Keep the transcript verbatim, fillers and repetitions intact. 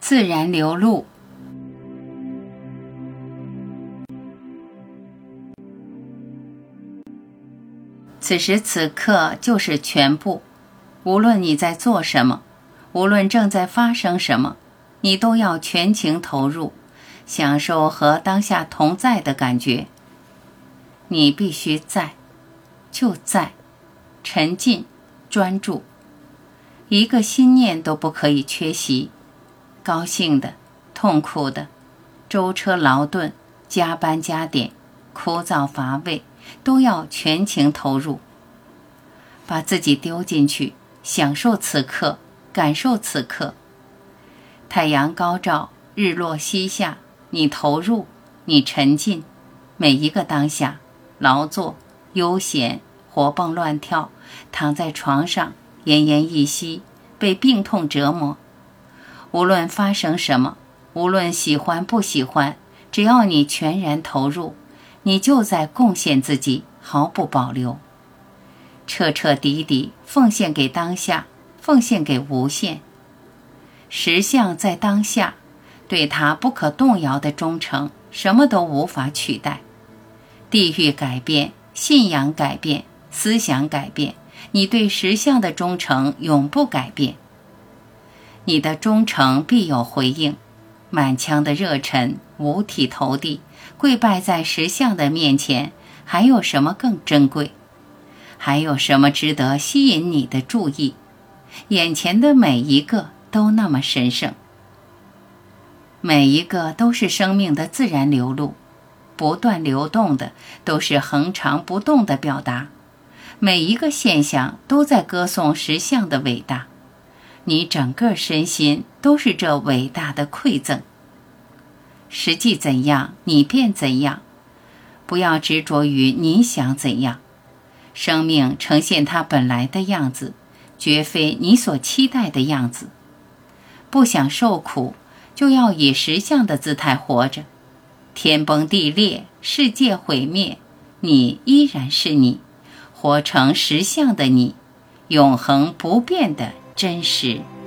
自然流露。此时此刻就是全部，无论你在做什么，无论正在发生什么，你都要全情投入，享受和当下同在的感觉。你必须在，就在，沉浸，专注，一个心念都不可以缺席。高兴的，痛苦的，舟车劳顿，加班加点，枯燥乏味，都要全情投入。把自己丢进去，享受此刻，感受此刻。太阳高照，日落西下，你投入，你沉浸，每一个当下，劳作、悠闲、活蹦乱跳，躺在床上，奄奄一息，被病痛折磨。无论发生什么，无论喜欢不喜欢，只要你全然投入，你就在贡献自己，毫不保留。彻彻底底奉献给当下，奉献给无限。实相在当下，对它不可动摇的忠诚，什么都无法取代。地域改变，信仰改变，思想改变，你对实相的忠诚永不改变。你的忠诚必有回应，满腔的热忱，五体投地，跪拜在实相的面前，还有什么更珍贵？还有什么值得吸引你的注意？眼前的每一个都那么神圣，每一个都是生命的自然流露，不断流动的，都是恒常不动的表达。每一个现象都在歌颂实相的伟大，你整个身心都是这伟大的馈赠。实际怎样，你便怎样，不要执着于你想怎样。生命呈现它本来的样子，绝非你所期待的样子。不想受苦，就要以实相的姿态活着。天崩地裂，世界毁灭，你依然是你，活成实相的你，永恒不变的真实。